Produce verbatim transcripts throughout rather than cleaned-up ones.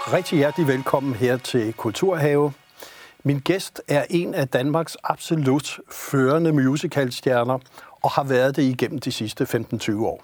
rigtig hjertelig velkommen her til Kulturhave. Min gæst er en af Danmarks absolut førende musicalstjerner og har været det igennem de sidste femten til tyve år.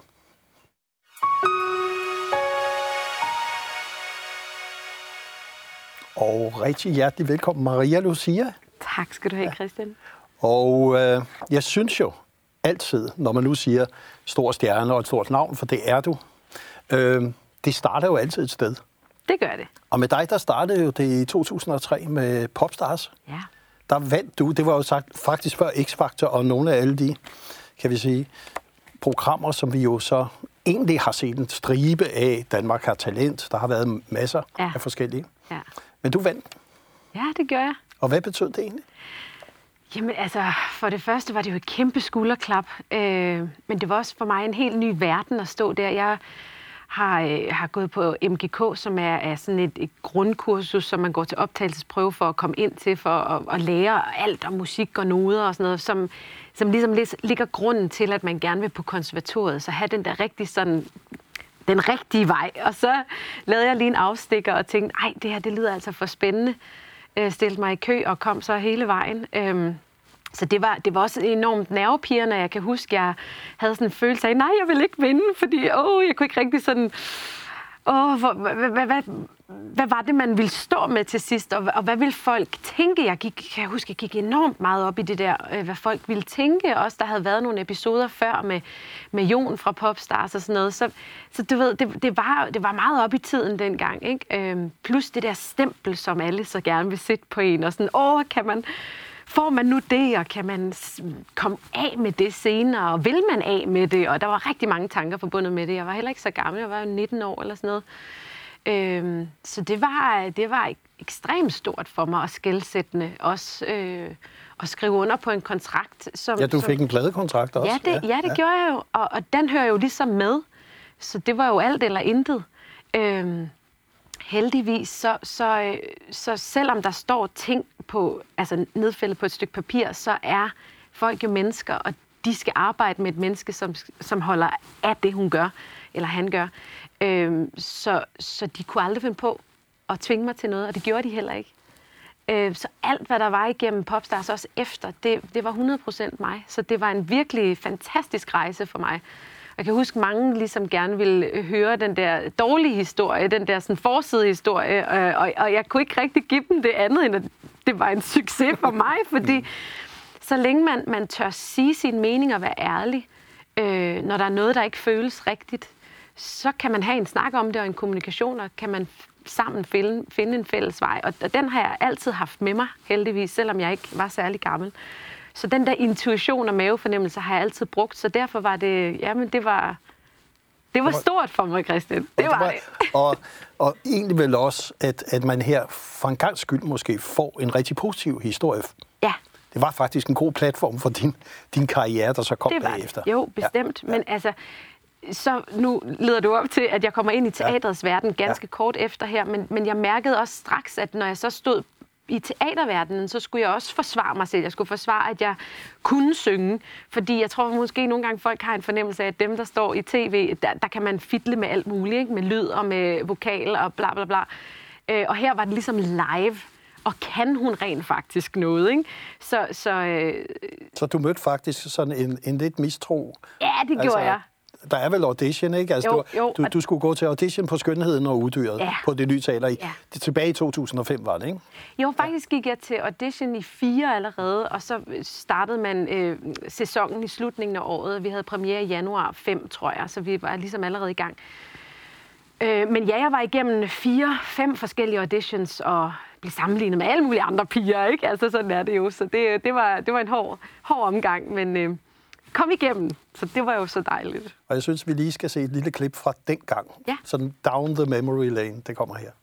Og rigtig hjertelig velkommen, Maria Lucia. Tak skal du have, Christian. Og øh, jeg synes jo altid, når man nu siger stor stjerne og et stort navn, for det er du, øh, det starter jo altid et sted. Det gør det. Og med dig, der startede jo det i to tusind og tre med Popstars. Ja. Der vandt du, det var jo sagt, faktisk før X-Factor og nogle af alle de, kan vi sige, programmer, som vi jo så egentlig har set en stribe af. Danmark har talent, der har været masser ja. af forskellige. Ja. Men du vandt. Ja, det gør jeg. Og hvad betød det egentlig? Jamen altså, for det første var det jo et kæmpe skulderklap. Øh, men det var også for mig en helt ny verden at stå der. Jeg har, øh, har gået på M G K, som er, er sådan et, et grundkursus, som man går til optagelsesprøve for at komme ind til, for at, at lære alt om musik og noder og sådan noget, som, som ligesom ligger grunden til, at man gerne vil på konservatoriet. Så have den der rigtig sådan, den rigtige vej. Og så lavede jeg lige en afstikker og tænkte, ej, det her, det lyder altså for spændende. Øh, stillede mig i kø og kom så hele vejen. Øhm, Så det var, det var også enormt nervepirrende. Jeg kan huske, jeg havde sådan en følelse af, nej, jeg vil ikke vinde, fordi åh, jeg kunne ikke rigtig sådan, åh, hvor, hvad, hvad, hvad, hvad var det, man ville stå med til sidst, og, og hvad ville folk tænke? Jeg gik, kan jeg huske, jeg gik enormt meget op i det der, hvad folk ville tænke. Også der havde været nogle episoder før med, med Jon fra Popstars og sådan noget. Så, så du ved, det, det, var, det var meget op i tiden dengang, ikke? Øhm, plus det der stempel, som alle så gerne vil sætte på en, og sådan, åh, kan man... Får man nu det, og kan man komme af med det senere, og vil man af med det? Og der var rigtig mange tanker forbundet med det. Jeg var heller ikke så gammel, jeg var jo nitten år eller sådan noget. Øhm, så det var, det var ekstremt stort for mig og skelsættende også øh, at skrive under på en kontrakt. Som, ja, du fik som, en pladekontrakt også. Ja, det, ja, det ja. gjorde jeg jo, og, og den hører jo ligesom med. Så det var jo alt eller intet. Øhm, Heldigvis, så, så, så selvom der står ting på, altså nedfældet på et stykke papir, så er folk jo mennesker, og de skal arbejde med et menneske, som, som holder af det, hun gør, eller han gør. Øhm, så, så de kunne aldrig finde på at tvinge mig til noget, og det gjorde de heller ikke. Øhm, så alt, hvad der var igennem Popstars også efter, det, det var hundrede procent mig. Så det var en virkelig fantastisk rejse for mig. Jeg kan huske, mange ligesom gerne ville høre den der dårlige historie, den der sådan forside historie, og, og jeg kunne ikke rigtig give dem det andet, end at det var en succes for mig, fordi så længe man, man tør sige sin mening og være ærlig, øh, når der er noget, der ikke føles rigtigt, så kan man have en snak om det og en kommunikation, og kan man sammen finde, finde en fælles vej. Og, og den har jeg altid haft med mig, heldigvis, selvom jeg ikke var særlig gammel. Så den der intuition og mavefornemmelse har jeg altid brugt, så derfor var det, jamen det var, det var stort for mig, Christian. Det var det. Og, og egentlig vel også, at, at man her for en gangs skyld måske får en rigtig positiv historie. Ja. Det var faktisk en god platform for din, din karriere, der så kom det var bagefter. Det. Jo, bestemt. Ja. Men altså, så nu leder du op til, at jeg kommer ind i teatrets ja. verden ganske ja. kort efter her, men, men jeg mærkede også straks, at når jeg så stod i teaterverdenen, så skulle jeg også forsvare mig selv. Jeg skulle forsvare, at jeg kunne synge. Fordi jeg tror måske nogle gange, folk har en fornemmelse af, at dem, der står i tv, der, der kan man fiddle med alt muligt, ikke? Med lyd og med vokal og bla bla bla. Øh, og her var det ligesom live. Og kan hun rent faktisk noget, ikke? Så, så, øh, så du mødte faktisk sådan en, en lidt mistro? Ja, det gjorde altså, jeg. Der er vel audition, ikke? Altså, jo, du, jo, du, du skulle gå til audition på Skønheden og Uddyret ja. på Det Nye Teater. I, ja. det, tilbage i to tusind og fem var det, ikke? Jo, faktisk gik jeg til audition i fire allerede, og så startede man øh, sæsonen i slutningen af året. Vi havde premiere i januar fem, tror jeg, så vi var ligesom allerede i gang. Øh, men ja, jeg var igennem fire, fem forskellige auditions, og blev sammenlignet med alle mulige andre piger, ikke? Altså, sådan er det jo. Så det, det, var, det var en hård, hård omgang, men øh, kom igennem. Så det var jo så dejligt. Og jeg synes, vi lige skal se et lille klip fra den gang. Ja. Sådan down the memory lane. Det kommer her.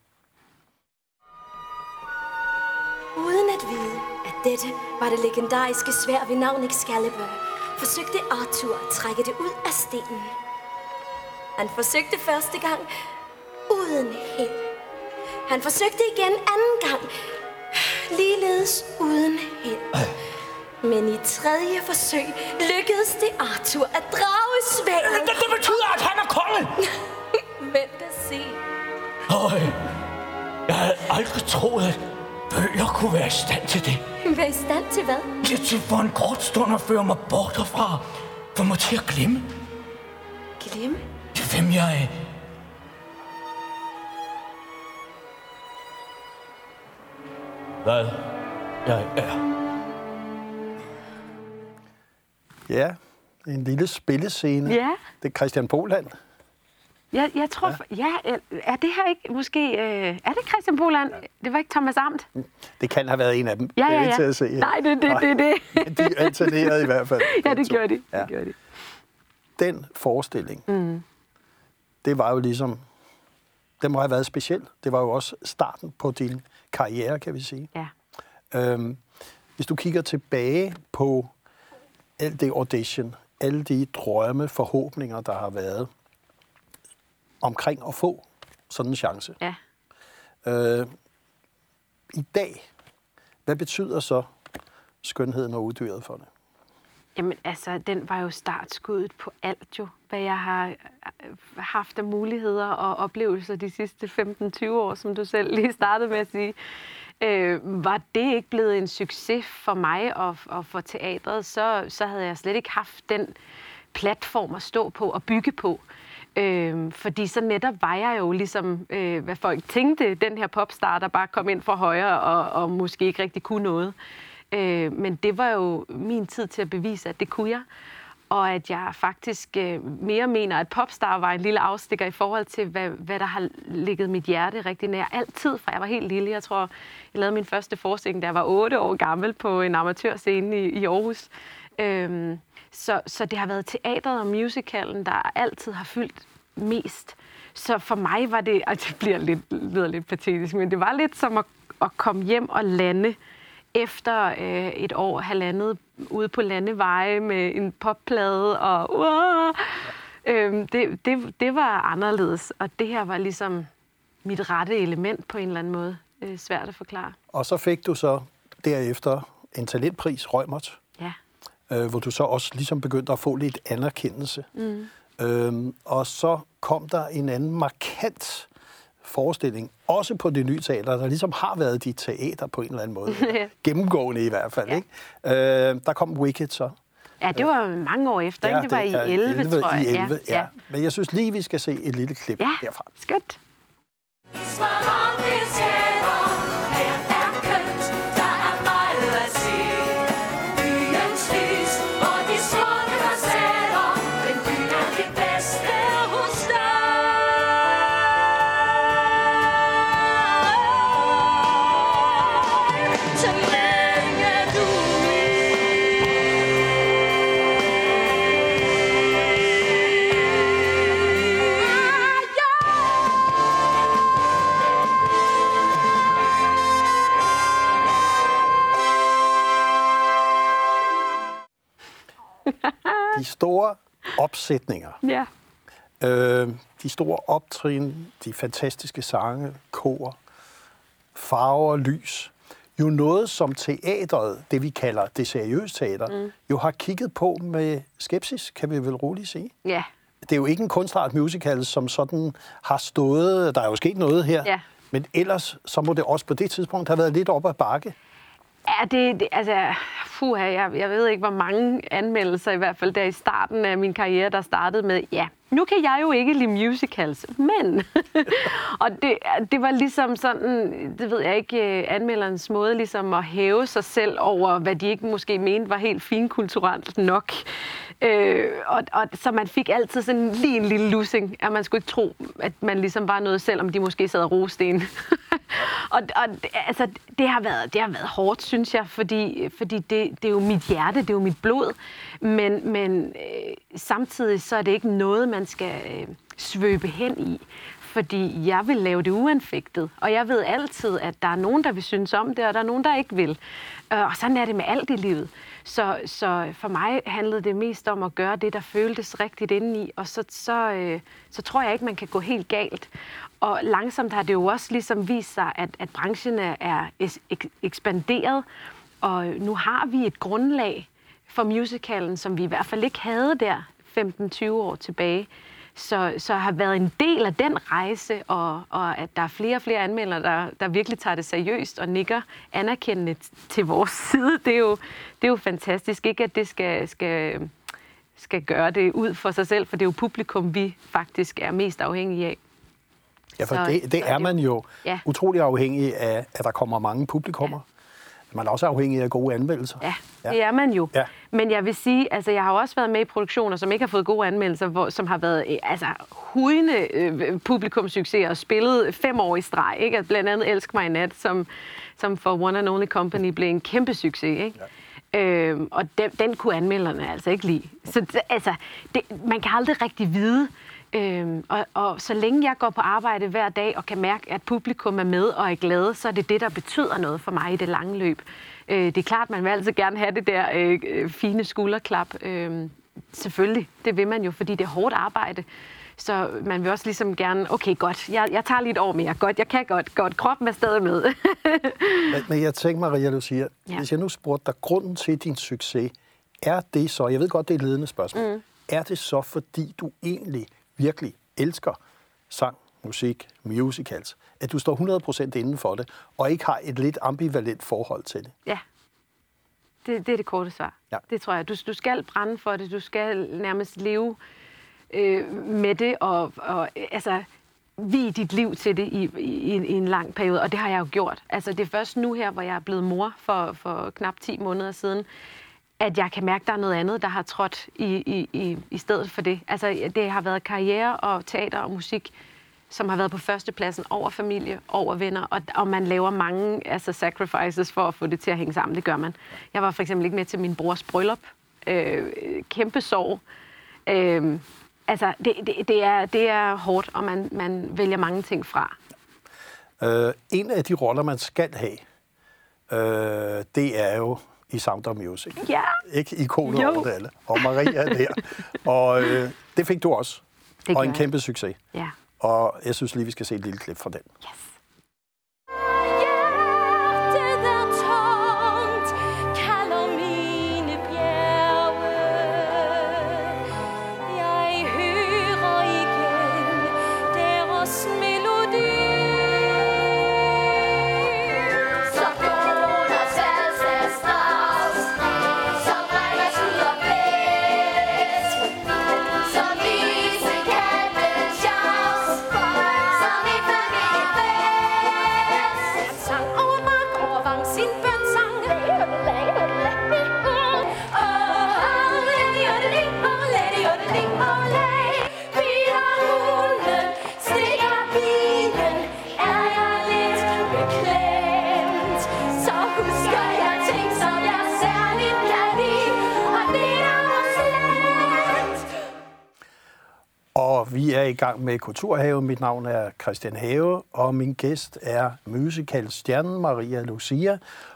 Uden at vide, at dette var det legendariske sværd ved navn Excalibur, forsøgte Arthur at trække det ud af stenen. Han forsøgte første gang uden held. Han forsøgte igen anden gang, ligeledes uden held. Men i tredje forsøg lykkedes det Arthur at drage sværdet. Det, det betyder, at han er konge! Vent og se. Øj, Jeg havde aldrig troet, at bøger kunne være i stand til det. Være i stand til hvad? Det til for en kort stund at føre mig bort herfra. For mig til at glemme. Glemme? Hvem jeg er. Hvad jeg er. Ja, en lille spillescene. Ja. Det er Christian Poland. Jeg, jeg tror, ja. ja, er det her ikke måske... Øh, er det Christian Poland? Det var ikke Thomas Amt? Det kan have været en af dem. Ja, ja, ja. Det er ikke til at se. Nej, det er det, det, det. De alternerede i hvert fald. Ja, det gjorde de. Ja. Det gjorde de. Den forestilling, mm. det var jo ligesom... Den må have været speciel. Det var jo også starten på din karriere, kan vi sige. Ja. Øhm, hvis du kigger tilbage på alt det audition, alle de drømme, forhåbninger, der har været omkring at få sådan en chance. Ja. Øh, I dag, hvad betyder så skønheden og uddyret for det? Jamen altså, den var jo startskuddet på alt jo, hvad jeg har haft af muligheder og oplevelser de sidste femten tyve år, som du selv lige startede med at sige. Øh, var det ikke blevet en succes for mig og, og for teatret, så, så havde jeg slet ikke haft den platform at stå på og bygge på. Øh, fordi så netop var jeg jo ligesom, øh, hvad folk tænkte, den her popstar, der bare kom ind fra højre og, og måske ikke rigtig kunne noget. Øh, men det var jo min tid til at bevise, at det kunne jeg. Og at jeg faktisk øh, mere mener, at popstar var en lille afstikker i forhold til, hvad, hvad der har ligget mit hjerte rigtig nær. Altid, fra jeg var helt lille. Jeg tror, jeg lavede min første forestilling, da jeg var otte år gammel på en amatørscene i, i Aarhus. Øh, så, så det har været teatret og musicalen, der altid har fyldt mest. Så for mig var det, og det bliver lidt, lyder lidt patetisk, men det var lidt som at, at komme hjem og lande efter øh, et år, halvandet, ude på landeveje med en popplade, og uh, øh, det, det, det var anderledes, og det her var ligesom mit rette element på en eller anden måde. Øh, svært at forklare. Og så fik du så derefter en talentpris, Reumert, ja. øh, hvor du så også ligesom begyndte at få lidt anerkendelse. Mm. Øhm, og så kom der en anden markant forestilling, også på Det Nye Teater, der ligesom har været dit teater på en eller anden måde. Gennemgående i hvert fald, ja. Ikke? Øh, der kom Wicked så. Ja, det var mange år efter, ja, ikke? Det var det i elleve, elleve, tror jeg. I elleve, ja. Ja. Men jeg synes lige, vi skal se et lille klip ja. herfra. Skønt. De store opsætninger, ja. øh, de store optrin, de fantastiske sange, kor, farver, lys. Jo noget, som teatret, det vi kalder det seriøse teater, mm. jo har kigget på med skepsis, kan vi vel roligt sige. Ja. Det er jo ikke en kunstart musical, som sådan har stået, der er jo sket noget her, ja. men ellers så må det også på det tidspunkt have været lidt op ad bakke. Ja, det, det altså, puha, jeg, jeg ved ikke, hvor mange anmeldelser, i hvert fald der i starten af min karriere, der startede med, ja, nu kan jeg jo ikke lide musicals, men... og det, det var ligesom sådan, det ved jeg ikke, anmelderens måde ligesom at hæve sig selv over, hvad de ikke måske mente var helt finkulturelt nok. Øh, og, og så man fik altid sådan lige en lille lussing, at man skulle ikke tro, at man ligesom var noget, selvom de måske sad og roste en. og og altså, det, har været, det har været hårdt, synes jeg, fordi, fordi det, det er jo mit hjerte, det er jo mit blod. Men, men øh, samtidig så er det ikke noget, man skal øh, svøbe hen i. Fordi jeg vil lave det uanfægtet. Og jeg ved altid, at der er nogen, der vil synes om det, og der er nogen, der ikke vil. Og sådan er det med alt i livet. Så, så for mig handlede det mest om at gøre det, der føltes rigtigt indeni. Og så, så, øh, så tror jeg ikke, man kan gå helt galt. Og langsomt har det jo også ligesom vist sig, at, at branchen er ek- ekspanderet. Og nu har vi et grundlag for musicalen, som vi i hvert fald ikke havde der femten tyve år tilbage. Så, så har været en del af den rejse, og, og at der er flere og flere anmeldere, der, der virkelig tager det seriøst og nikker anerkendende til vores side. Det er jo, det er jo fantastisk. Ikke at det skal, skal, skal gøre det ud for sig selv, for det er jo publikum, vi faktisk er mest afhængige af. Ja, for så, det, det er man jo ja. utrolig afhængig af, at der kommer mange publikummer. Ja. Man er også afhængig af gode anmeldelser. Ja, ja. det er man jo. Ja. Men jeg vil sige, altså jeg har også været med i produktioner, som ikke har fået gode anmeldelser, hvor, som har været altså hujende øh, publikumssucceser og spillet fem år i streg. Ikke? Blandt andet Elsk mig i nat, som, som for One and Only Company blev en kæmpe succes. Ikke? Ja. Øhm, og den, den kunne anmelderne altså ikke lide. Så altså, det, man kan aldrig rigtig vide. Øhm, og, og så længe jeg går på arbejde hver dag og kan mærke, at publikum er med og er glade, så er det det, der betyder noget for mig i det lange løb. Øh, det er klart, man vil altid gerne have det der øh, fine skulderklap. Øh, selvfølgelig, det vil man jo, fordi det er hårdt arbejde. Så man vil også ligesom gerne, okay, godt, jeg, jeg tager lige et år mere. Godt, jeg kan godt, godt. Kroppen er stadig med. men, men jeg tænker, Maria, du siger, ja. hvis jeg nu spurgte dig, grunden til din succes, er det så, jeg ved godt, det er et ledende spørgsmål, mm. er det så, fordi du egentlig virkelig elsker sang, musik, musicals, at du står hundrede procent inden for det, og ikke har et lidt ambivalent forhold til det? Ja, det, det er det korte svar. Ja. Det tror jeg. Du, du skal brænde for det, du skal nærmest leve øh, med det, og, og altså, vie dit liv til det i, i, i en lang periode, og det har jeg jo gjort. Altså, det er først nu her, hvor jeg er blevet mor for, for knap ti måneder siden, at jeg kan mærke, at der er noget andet, der har trådt i, i, i, i stedet for det. Altså, det har været karriere og teater og musik, som har været på førstepladsen over familie, over venner, og, og man laver mange altså, sacrifices for at få det til at hænge sammen. Det gør man. Jeg var for eksempel ikke med til min brors bryllup. Øh, kæmpe sorg. Øh, altså, det, det, det, er, det er hårdt, og man, man vælger mange ting fra. Øh, en af de roller, man skal have, øh, det er jo i Sound of Music. Ja. Ikke ikonet over det alle. Og Maria er der. Og øh, det fik du også. Det og en kæmpe jeg. succes. Ja. Og jeg synes lige, vi skal se et lille klip fra den. Yes. Vi er i gang med Kulturhave. Mit navn er Christian Have, og min gæst er musicalstjernen Maria Lucia.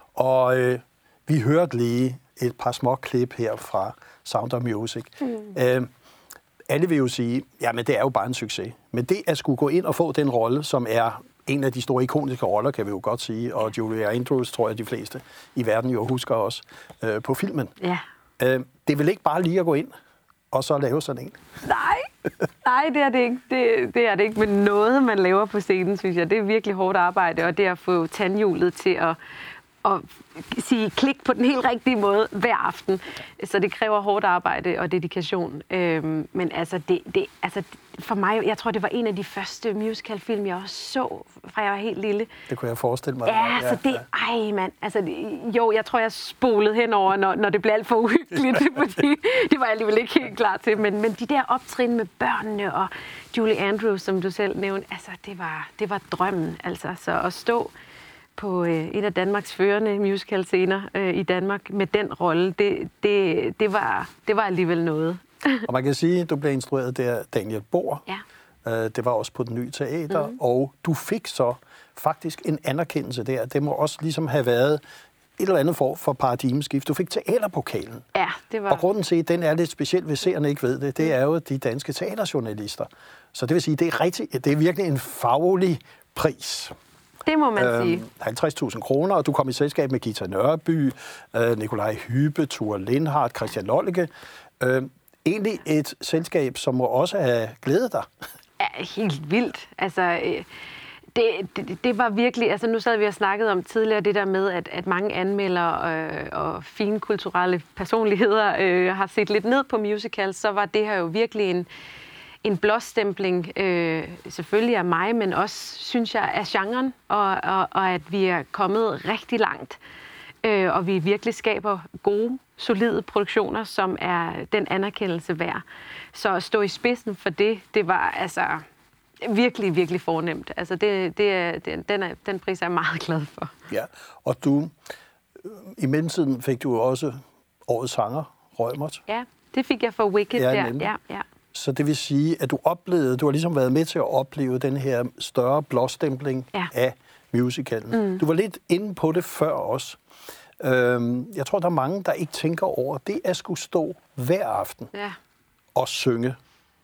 Og øh, vi hørte lige et par små klip her fra Sound of Music. Mm. Øh, alle vil jo sige, jamen det er jo bare en succes. Men det at skulle gå ind og få den rolle, som er en af de store ikoniske roller, kan vi jo godt sige, og Julie Andrews, tror jeg, de fleste i verden jo husker også øh, på filmen. Ja. Øh, det er vel ikke bare lige at gå ind og så lave sådan en? Nej, nej, det er det ikke. Det, det er det ikke. Men noget, man laver på scenen, synes jeg, det er virkelig hårdt arbejde, og det at få tandhjulet til at, at sige klik på den helt rigtige måde hver aften. Så det kræver hårdt arbejde og dedikation. Øhm, men altså, det, det, altså, for mig, jeg tror, det var en af de første musicalfilm, jeg også så, fra jeg var helt lille. Det kunne jeg forestille mig. Ja, ja så det, ej mand, altså, jo, jeg tror, jeg spolede henover, når, når det blev alt for uhyggeligt, fordi det var jeg alligevel ikke helt klar til. Men, men de der optrin med børnene og Julie Andrews, som du selv nævnte, altså, det var, det var drømmen, altså, så at stå på øh, en af Danmarks førende musicalscener øh, i Danmark med den rolle, det, det, det, var, det var alligevel noget. Og man kan sige, at du blev instrueret der Daniel Bohr. Ja. Øh, det var også på Den Nye Teater, mm. og du fik så faktisk en anerkendelse der. Det må også ligesom have været et eller andet form for paradigmeskift. Du fik teaterpokalen. Ja, det var... Og grunden til, at den er lidt speciel, hvis seerne ikke ved det, det er jo de danske teaterjournalister. Så det vil sige, det er, rigtig, det er virkelig en faglig pris. Det må man øh, sige. halvtreds tusind kroner, og du kom i selskab med Gita Nørby, øh, Nikolaj Hybe, Ture Lindhardt, Christian Lollike. Øh, egentlig et selskab, som må også have glædet dig. Ja, helt vildt. Altså, øh, det, det, det var virkelig... Altså, nu sad vi og snakket om tidligere det der med, at, at mange anmeldere øh, og fine kulturelle personligheder øh, har set lidt ned på musicals, så var det her jo virkelig en, en blåstempling, øh, selvfølgelig af mig, men også, synes jeg, af genren, og, og, og at vi er kommet rigtig langt, øh, og vi virkelig skaber gode, solide produktioner, som er den anerkendelse værd. Så at stå i spidsen for det, det var altså virkelig, virkelig fornemt. Altså det, det er, det, den, er, den pris er jeg meget glad for. Ja, og du, i mellemtiden fik du også årets sanger, Reumert. Ja, det fik jeg for Wicked ja, der. Ja, ja. Så det vil sige, at du oplevede, du har ligesom været med til at opleve den her større blåstempling ja. af musicalen. Mm. Du var lidt inde på det før også. Øhm, jeg tror, der er mange, der ikke tænker over det at skulle stå hver aften ja. og synge.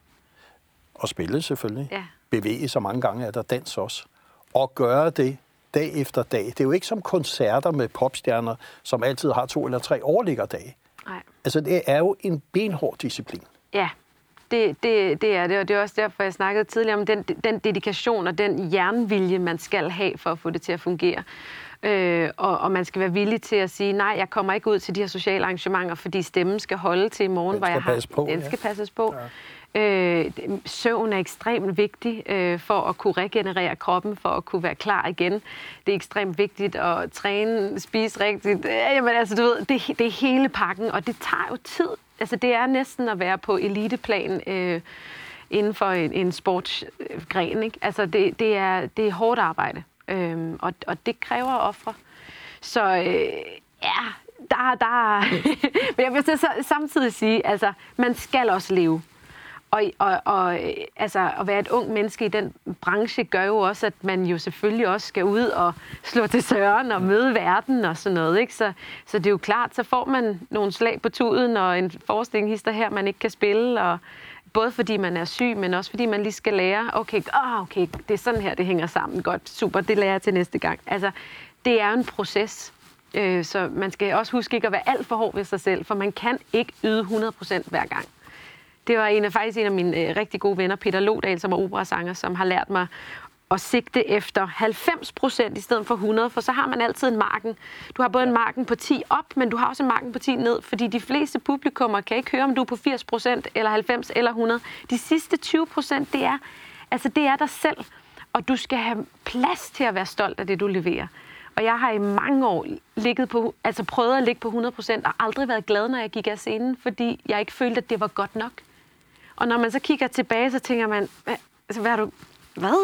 Og spille selvfølgelig. Ja. Bevæge sig mange gange, er der dans også. Og gøre det dag efter dag. Det er jo ikke som koncerter med popstjerner, som altid har to eller tre overliggerdage. Nej. Altså, det er jo en benhård disciplin. Ja, det, det, det er det. Og det er også derfor, jeg snakkede tidligere om den, den dedikation og den jernvilje, man skal have for at få det til at fungere. Øh, og, og man skal være villig til at sige, nej, jeg kommer ikke ud til de her sociale arrangementer, fordi stemmen skal holde til i morgen, hvor jeg har... På, den ja. skal passes på. Ja. Øh, søvn er ekstremt vigtig øh, for at kunne regenerere kroppen, for at kunne være klar igen. Det er ekstremt vigtigt at træne, spise rigtigt. Jamen, altså, du ved, det, det er hele pakken, og det tager jo tid. Altså, det er næsten at være på eliteplan øh, inden for en, en sportsgren, ikke? Altså, det, det, er, det er hårdt arbejde. Øhm, og, og det kræver ofre. Så øh, ja, der, der men jeg vil så samtidig sige, altså, man skal også leve. Og, og, og altså, at være et ung menneske i den branche gør jo også, at man jo selvfølgelig også skal ud og slå til søren og møde verden og sådan noget, ikke? Så, så det er jo klart, så får man nogle slag på tuden og en forestilling hister her, man ikke kan spille, og både fordi man er syg, men også fordi man lige skal lære, okay, oh, okay, det er sådan her, det hænger sammen. Godt, super, det lærer jeg til næste gang. Altså, det er jo en proces, øh, så man skal også huske ikke at være alt for hård ved sig selv, for man kan ikke yde hundrede procent hver gang. Det var en af, faktisk en af mine øh, rigtig gode venner, Peter Lodal, som er operasanger, som har lært mig at sigte efter halvfems procent i stedet for hundrede, for så har man altid en marken. Du har både en marken på ti op, men du har også en marken på ti ned, fordi de fleste publikummer kan ikke høre, om du er på firs procent eller halvfems eller hundrede. De sidste tyve procent, det er, altså det er dig selv, og du skal have plads til at være stolt af det, du leverer. Og jeg har i mange år ligget på, altså prøvet at ligge på hundrede procent og aldrig været glad, når jeg gik af scenen, fordi jeg ikke følte, at det var godt nok. Og når man så kigger tilbage, så tænker man, altså, hvad er du... Hvad?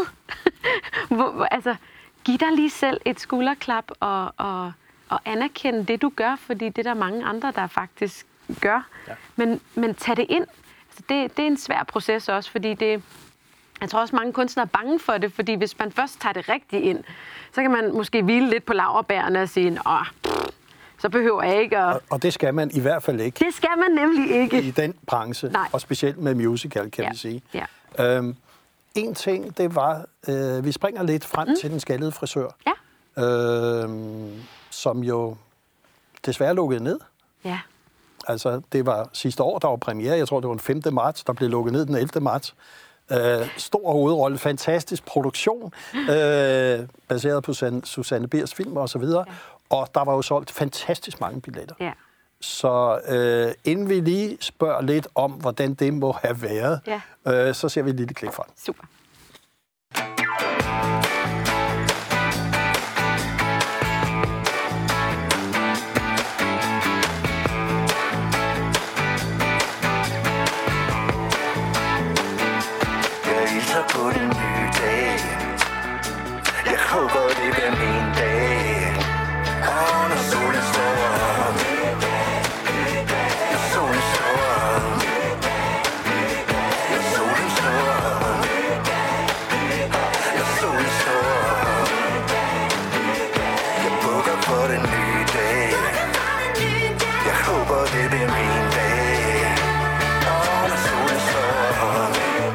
Hvor, altså, giv dig lige selv et skulderklap og, og, og anerkende det, du gør, fordi det er der mange andre, der faktisk gør. Ja. Men, men tag det ind. Altså, det, det er en svær proces også, fordi det... Jeg tror også, mange kunstnere er bange for det, fordi hvis man først tager det rigtigt ind, så kan man måske hvile lidt på laurbærrene og sige, åh, så behøver jeg ikke at... Og, og det skal man i hvert fald ikke. Det skal man nemlig ikke. I den branche, Nej. Og specielt med musical, kan ja. vi sige. Ja. Øhm, en ting, det var, øh, vi springer lidt frem mm. til Den Skaldede Frisør, ja. øh, som jo desværre lukkede ned. Ja. Altså, det var sidste år, der var premiere, jeg tror, det var den femte marts, der blev lukket ned den ellevte marts. Øh, stor hovedrolle, fantastisk produktion, øh, baseret på Susanne Biers film og så videre. Ja. Og der var jo solgt fantastisk mange billetter. Ja. Så øh, inden vi lige spørger lidt om, hvordan det må have været, ja. øh, så ser vi et lille klip fra den. Super. Jeg hilser på den nye dag. Jeg håber, det bliver min dag. Og når solen står op, når solen står op, når solen står op, når solen står op, jeg bukker for den nye dag. Jeg håber, det bliver min dag. Og når solen står op,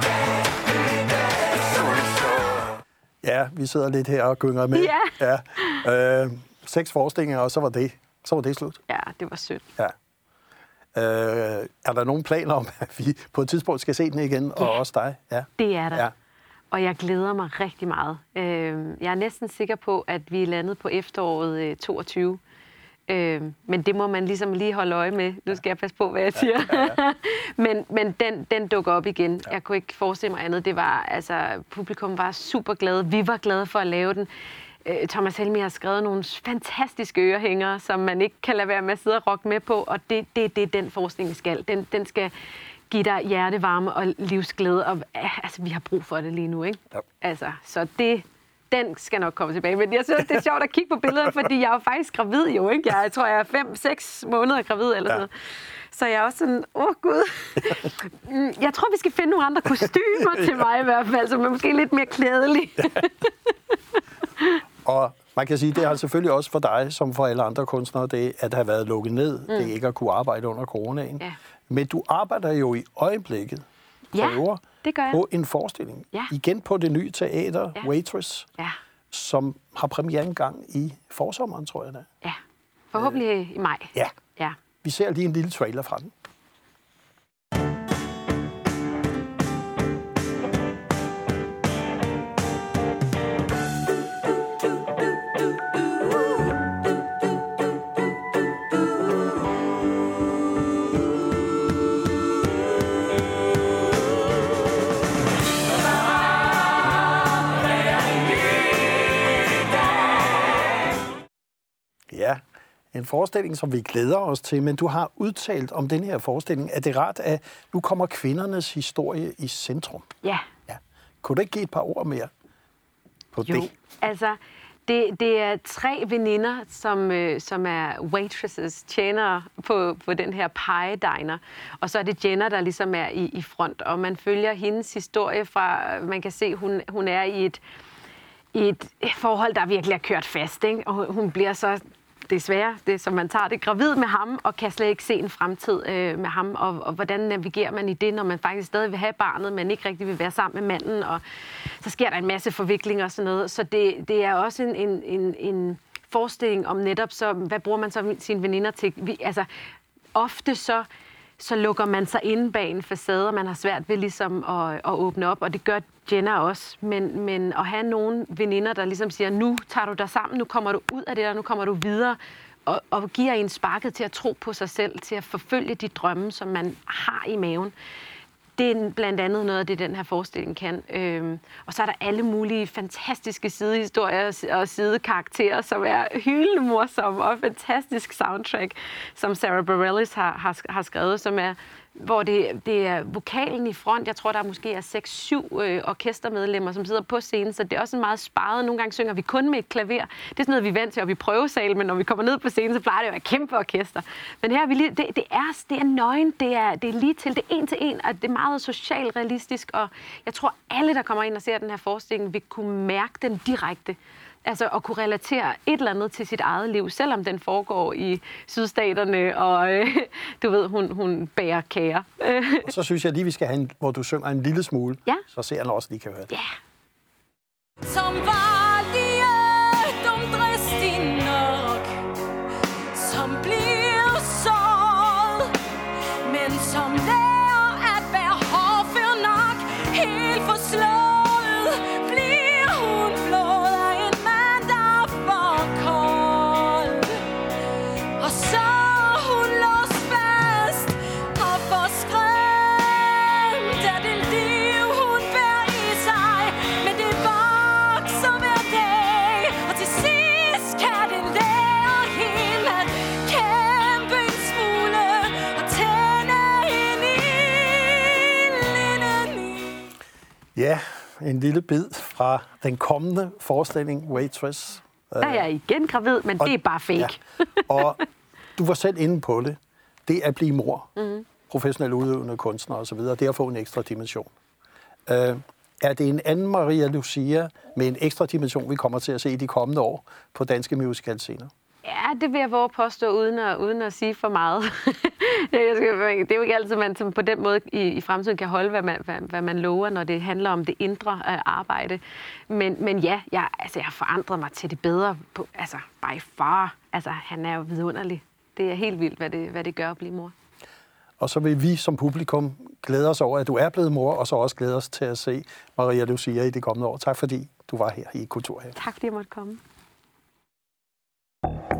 når solen står op. Ja, vi sidder lidt her og gynger med. Ja. Ja. Øh, seks forestillinger, og så var det, så var det slut. Ja, det var sødt. Ja. Øh, er der nogen planer om, at vi på et tidspunkt skal se den igen, Ja. og også dig? Ja, det er der. Ja. Og jeg glæder mig rigtig meget. Øh, jeg er næsten sikker på, at vi er landet på efteråret øh, toogtyve. Øh, men det må man ligesom lige holde øje med. Nu skal jeg passe på, hvad jeg siger. Ja, ja, ja. men men den, den dukker op igen. Ja. Jeg kunne ikke forestille mig andet. Det var, altså, publikum var super glade. Vi var glade for at lave den. Øh, Thomas Helmig har skrevet nogle fantastiske ørehængere, som man ikke kan lade være med at sidde og rocke med på. Og det er det, det, den forskning skal. Den, den skal give dig hjertevarme og livsglæde. Og, altså, vi har brug for det lige nu, ikke? Ja. Altså, så det... Den skal nok komme tilbage. Men jeg synes, det er sjovt at kigge på billederne, fordi jeg er jo faktisk gravid jo, ikke? Jeg tror, jeg er fem, seks måneder gravid eller sådan noget. Så jeg er også sådan, åh oh, gud. Jeg tror, vi skal finde nogle andre kostymer til mig i hvert fald, som er måske lidt mere klædelige. Og man kan sige, det har selvfølgelig også for dig, som for alle andre kunstnere, det at have været lukket ned, mm. det ikke at kunne arbejde under coronaen. Ja. Men du arbejder jo i øjeblikket, prøver, ja, det gør jeg. på en forestilling. Ja. Igen på det nye teater, ja. Waitress, ja. Som har premiere en gang i forsommeren, tror jeg da. Ja, forhåbentlig øh, i maj. Ja. ja. Vi ser lige en lille trailer fra den. Ja, en forestilling, som vi glæder os til, men du har udtalt om den her forestilling, at det er ret, at nu kommer kvindernes historie i centrum. Ja. ja. Kunne du ikke give et par ord mere på jo, det? altså, det, det er tre veninder, som, øh, som er waitresses, tjenere på, på den her pie diner. Og så er det Jenna, der ligesom er i, i front, og man følger hendes historie fra, man kan se, hun, hun er i et, i et forhold, der virkelig er kørt fast, ikke? Og hun bliver så desværre, det som man tager det, gravid med ham, og kan slet ikke se en fremtid øh, med ham, og, og hvordan navigerer man i det, når man faktisk stadig vil have barnet, men ikke rigtig vil være sammen med manden, og så sker der en masse forviklinger og sådan noget. Så det, det er også en, en, en, en forestilling om netop, så, hvad bruger man så sine veninder til? Vi, altså, ofte så så lukker man sig inde bag en facade, og man har svært ved ligesom at, at åbne op, og det gør Jenna også. Men, men at have nogle veninder, der ligesom siger, nu tager du dig sammen, nu kommer du ud af det, og nu kommer du videre, og, og giver en sparket til at tro på sig selv, til at forfølge de drømme, som man har i maven. Det er blandt andet noget af det, den her forestilling kan. Øhm, og så er der alle mulige fantastiske sidehistorier og sidekarakterer, som er hyldende morsomme, og fantastisk soundtrack, som Sarah Bareilles har, har, har skrevet, som er, hvor det, det er vokalen i front. Jeg tror, der måske er seks syv øh, orkestermedlemmer, som sidder på scenen, så det er også en meget sparet. Nogle gange synger vi kun med et klaver. Det er sådan noget, vi er vant til at vi prøvesal, men når vi kommer ned på scenen, så plejer det at være kæmpe orkester. Men her er vi lige, det, det, er, det er nøgen, det er, det er lige til, det er en til en, og det er meget socialrealistisk, og jeg tror, alle, der kommer ind og ser den her forestilling, vil kunne mærke den direkte. Altså at kunne relatere et eller andet til sit eget liv, selvom den foregår i sydstaterne, og øh, du ved, hun, hun bager kager. Og så synes jeg lige, vi skal have en, hvor du synger en lille smule, ja. Så ser han også lige kan høre det. Ja. Som varlige, dumdristig nok, som bliver såret, men som lærer at være hårdfør nok, helt forslået. Ja, en lille bid fra den kommende forestilling, Waitress. Der er jeg igen gravid, men og, det er bare fake. Ja. Og du var selv inde på det. Det at blive mor, mm-hmm. professionel udøvende kunstner osv., det er at få en ekstra dimension. Uh, er det en anden Maria Lucia med en ekstra dimension, vi kommer til at se i de kommende år på danske musicalscener? Ja, det vil jeg våge påstå, uden at, uden at sige for meget. det er jo ikke altid, man som på den måde i, i fremtiden kan holde, hvad man, hvad, hvad man lover, når det handler om det indre uh, arbejde. Men, men ja, jeg, altså, jeg har forandret mig til det bedre, på, altså by far. Altså, han er jo vidunderlig. Det er helt vildt, hvad det, hvad det gør at blive mor. Og så vil vi som publikum glæde os over, at du er blevet mor, og så også glæde os til at se Maria Lucia i det kommende år. Tak fordi du var her i Kulturhaven. Tak fordi jeg måtte komme.